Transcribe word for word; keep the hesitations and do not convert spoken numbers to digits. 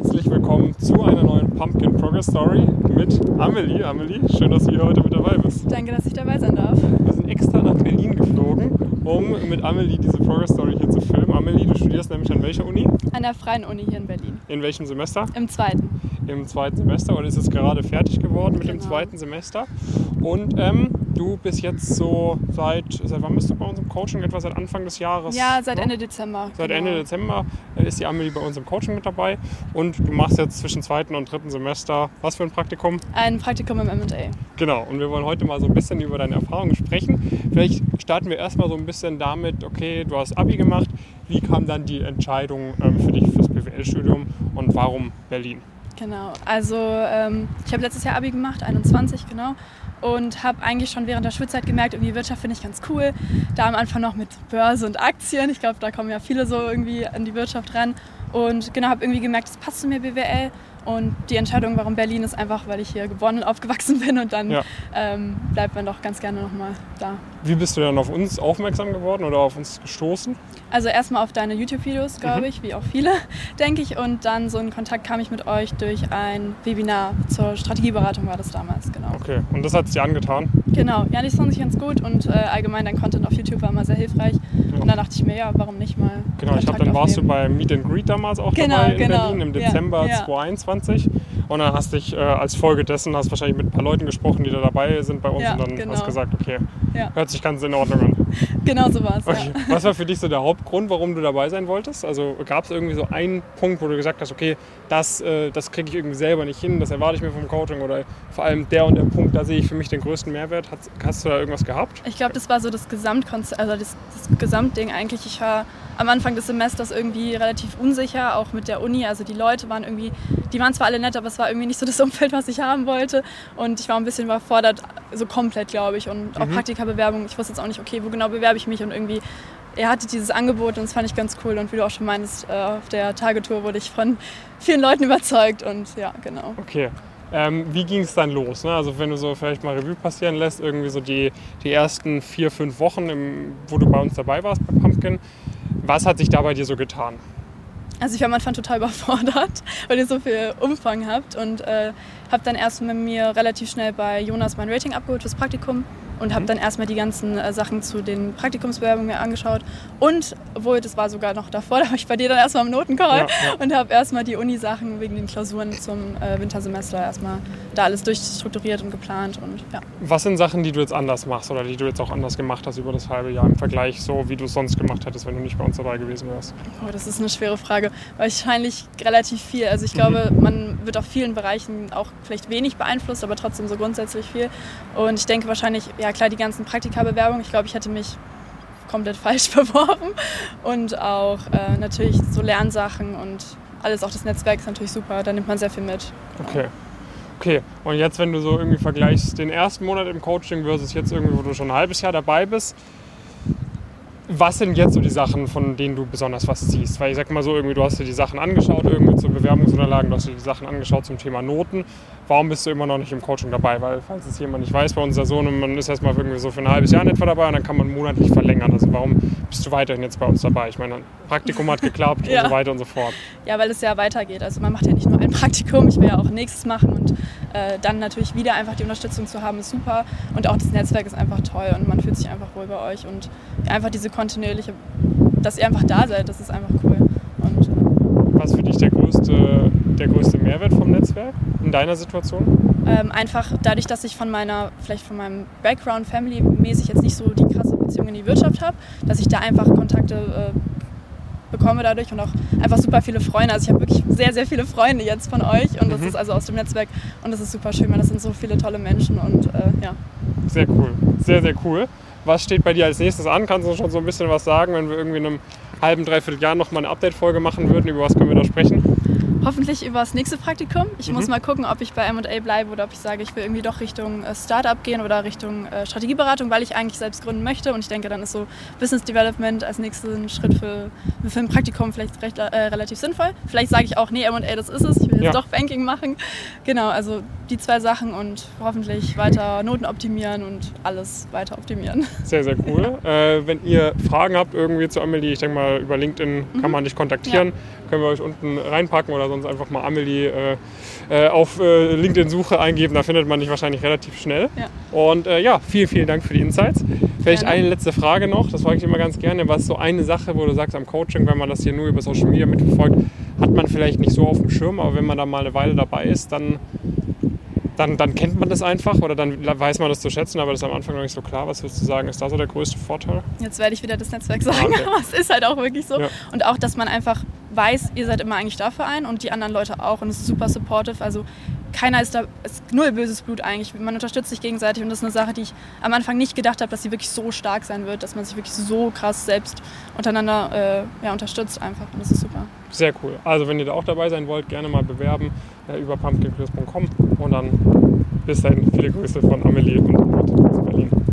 herzlich willkommen zu einer neuen Pumpkin Progress Story mit Amelie. Amelie, schön, dass du hier heute mit dabei bist. Danke, dass ich dabei sein darf. Wir sind extra nach Berlin geflogen, um mit Amelie diese Progress Story hier zu filmen. Amelie, du studierst nämlich an welcher Uni? An der Freien Uni hier in Berlin. In welchem Semester? Im zweiten. Im zweiten Semester und ist jetzt gerade fertig geworden mit genau. dem zweiten Semester. Und ähm, du bist jetzt so seit, seit wann bist du bei uns im Coaching? Etwa seit Anfang des Jahres? Ja, seit Ende Dezember. Seit genau. Ende Dezember ist die Amelie bei uns im Coaching mit dabei und du machst jetzt zwischen zweiten und dritten Semester was für ein Praktikum? Ein Praktikum im M und A. Genau, und wir wollen heute mal so ein bisschen über deine Erfahrungen sprechen. Vielleicht starten wir erstmal so ein bisschen damit, okay, du hast Abi gemacht. Wie kam dann die Entscheidung ähm, für dich fürs B W L-Studium und warum Berlin? Genau, also ähm, ich habe letztes Jahr Abi gemacht, einundzwanzig genau, und habe eigentlich schon während der Schulzeit gemerkt, irgendwie Wirtschaft finde ich ganz cool. Da am Anfang noch mit Börse und Aktien, ich glaube, da kommen ja viele so irgendwie an die Wirtschaft ran. Und genau, habe irgendwie gemerkt, es passt zu mir B W L. Und die Entscheidung, warum Berlin, ist einfach, weil ich hier geboren und aufgewachsen bin und dann ja. ähm, bleibt man doch ganz gerne nochmal da. Wie bist du dann auf uns aufmerksam geworden oder auf uns gestoßen? Also erstmal auf deine YouTube-Videos, glaube mhm. ich, wie auch viele, denke ich. Und dann so in Kontakt kam ich mit euch durch ein Webinar zur Strategieberatung, war das damals, genau. Okay, und das hat es dir angetan? Genau, ja, das fand ich ganz gut und äh, allgemein dein Content auf YouTube war immer sehr hilfreich. Ja. Und dann dachte ich mir, ja, warum nicht mal Genau, ich glaube, dann warst du bei Meet and Greet damals auch genau, dabei in genau. Berlin im Dezember ja, ja. zweitausendeinundzwanzig. Und dann hast dich äh, als Folge dessen hast wahrscheinlich mit ein paar Leuten gesprochen, die da dabei sind bei uns ja, und dann genau. hast gesagt, okay, ja. hört sich ganz in Ordnung an. Genau so war es, okay. ja. Was war für dich so der Hauptgrund, warum du dabei sein wolltest? Also gab es irgendwie so einen Punkt, wo du gesagt hast, okay, das, äh, das kriege ich irgendwie selber nicht hin, das erwarte ich mir vom Coaching oder vor allem der und der Punkt, da sehe ich für mich den größten Mehrwert. Hast, hast du da irgendwas gehabt? Ich glaube, das war so das Gesamtkonzept, also das, das Gesamtding eigentlich. Ich war am Anfang des Semesters irgendwie relativ unsicher, auch mit der Uni. Also die Leute waren irgendwie, die waren zwar alle nett, aber es war irgendwie nicht so das Umfeld, was ich haben wollte. Und ich war ein bisschen überfordert, so komplett, glaube ich. Und auch mhm. Praktikabewerbung, ich wusste jetzt auch nicht, okay, wo genau bewerbe ich mich und irgendwie, er hatte dieses Angebot und das fand ich ganz cool. Und wie du auch schon meinst, auf der Tagetour wurde ich von vielen Leuten überzeugt und ja, genau. Okay. Ähm, wie ging es dann los? Ne? Also wenn du so vielleicht mal Revue passieren lässt, irgendwie so die, die ersten vier, fünf Wochen, im, wo du bei uns dabei warst bei Pumpkin, was hat sich da bei dir so getan? Also ich war am Anfang total überfordert, weil ihr so viel Umfang habt und äh, habe dann erst mit mir relativ schnell bei Jonas mein Rating abgeholt fürs Praktikum und habe dann erstmal die ganzen äh, Sachen zu den Praktikumsbewerbungen mir angeschaut und, obwohl das war sogar noch davor, da war ich bei dir dann erstmal im Notencall ja, ja. und habe erstmal die Uni-Sachen wegen den Klausuren zum äh, Wintersemester erstmal da alles durchstrukturiert und geplant und ja. Was sind Sachen, die du jetzt anders machst oder die du jetzt auch anders gemacht hast über das halbe Jahr im Vergleich so, wie du es sonst gemacht hättest, wenn du nicht bei uns dabei gewesen wärst? Oh, das ist eine schwere Frage. Wahrscheinlich relativ viel. Also ich glaube, mhm. man wird auf vielen Bereichen auch vielleicht wenig beeinflusst, aber trotzdem so grundsätzlich viel. Und ich denke wahrscheinlich, ja klar, die ganzen Praktikabewerbungen, ich glaube, ich hätte mich komplett falsch beworben. Und auch äh, natürlich so Lernsachen und alles, auch das Netzwerk ist natürlich super, da nimmt man sehr viel mit. Okay. Okay, und jetzt, wenn du so irgendwie vergleichst, den ersten Monat im Coaching versus jetzt irgendwie, wo du schon ein halbes Jahr dabei bist, was sind jetzt so die Sachen, von denen du besonders was siehst? Weil ich sag mal so, irgendwie, du hast dir die Sachen angeschaut, irgendwie zu Bewerbungsunterlagen, du hast dir die Sachen angeschaut zum Thema Noten. Warum bist du immer noch nicht im Coaching dabei? Weil, falls es jemand nicht weiß, bei uns ist ja so, man ist erstmal irgendwie so für ein halbes Jahr in etwa dabei und dann kann man monatlich verlängern. Also warum bist du weiterhin jetzt bei uns dabei? Ich meine, Praktikum hat geklappt ja. und so weiter und so fort. Ja, weil es ja weitergeht. Also man macht ja nicht nur ein Praktikum, ich will ja auch nächstes machen und äh, dann natürlich wieder einfach die Unterstützung zu haben, ist super. Und auch das Netzwerk ist einfach toll und man fühlt sich einfach wohl bei euch und einfach diese kontinuierliche, dass ihr einfach da seid, das ist einfach cool. Und, äh, was für dich der größte, der größte Mehrwert vom Netzwerk in deiner Situation? Ähm, einfach dadurch, dass ich von meiner, vielleicht von meinem Background Family-mäßig jetzt nicht so die krasse Beziehung in die Wirtschaft habe, dass ich da einfach Kontakte äh, bekomme dadurch und auch einfach super viele Freunde. Also ich habe wirklich sehr, sehr viele Freunde jetzt von euch und das mhm. ist also aus dem Netzwerk und das ist super schön, weil das sind so viele tolle Menschen und äh, ja. Sehr cool, sehr, sehr cool. Was steht bei dir als nächstes an? Kannst du schon so ein bisschen was sagen, wenn wir irgendwie in einem halben, dreiviertel Jahr nochmal eine Update-Folge machen würden? Über was können wir da sprechen? Hoffentlich über das nächste Praktikum. Ich mhm. muss mal gucken, ob ich bei M und A bleibe oder ob ich sage, ich will irgendwie doch Richtung äh, Startup gehen oder Richtung äh, Strategieberatung, weil ich eigentlich selbst gründen möchte. Und ich denke, dann ist so Business Development als nächsten Schritt für, für ein Praktikum vielleicht recht, äh, relativ sinnvoll. Vielleicht sage ich auch, nee, M und A, das ist es. Ich will jetzt ja. doch Banking machen. Genau, also die zwei Sachen und hoffentlich weiter Noten optimieren und alles weiter optimieren. Sehr, sehr cool. äh, wenn ihr Fragen habt irgendwie zu Amelie, ich denke mal über LinkedIn mhm. kann man dich kontaktieren, ja. können wir euch unten reinpacken oder sonst einfach mal Amelie äh, äh, auf äh, LinkedIn-Suche eingeben, da findet man dich wahrscheinlich relativ schnell. Ja. Und äh, ja, vielen, vielen Dank für die Insights. Vielleicht gerne. Eine letzte Frage noch, das frage ich immer ganz gerne, was ist so eine Sache, wo du sagst am Coaching, wenn man das hier nur über Social Media mitverfolgt, hat man vielleicht nicht so auf dem Schirm, aber wenn man da mal eine Weile dabei ist, dann, dann, dann kennt man das einfach oder dann weiß man das zu schätzen, aber das ist am Anfang noch nicht so klar. Was würdest du sagen, ist da so der größte Vorteil? Jetzt werde ich wieder das Netzwerk sagen, okay. aber es ist halt auch wirklich so. Ja. Und auch, dass man einfach weiß, ihr seid immer eigentlich da für einen und die anderen Leute auch und es ist super supportive. Also keiner ist da, es ist null böses Blut eigentlich. Man unterstützt sich gegenseitig und das ist eine Sache, die ich am Anfang nicht gedacht habe, dass sie wirklich so stark sein wird, dass man sich wirklich so krass selbst untereinander äh, ja, unterstützt einfach und das ist super. Sehr cool. Also wenn ihr da auch dabei sein wollt, gerne mal bewerben äh, über pumpkin quiz punkt com und dann bis dahin viele Grüße von Amelie und aus Berlin.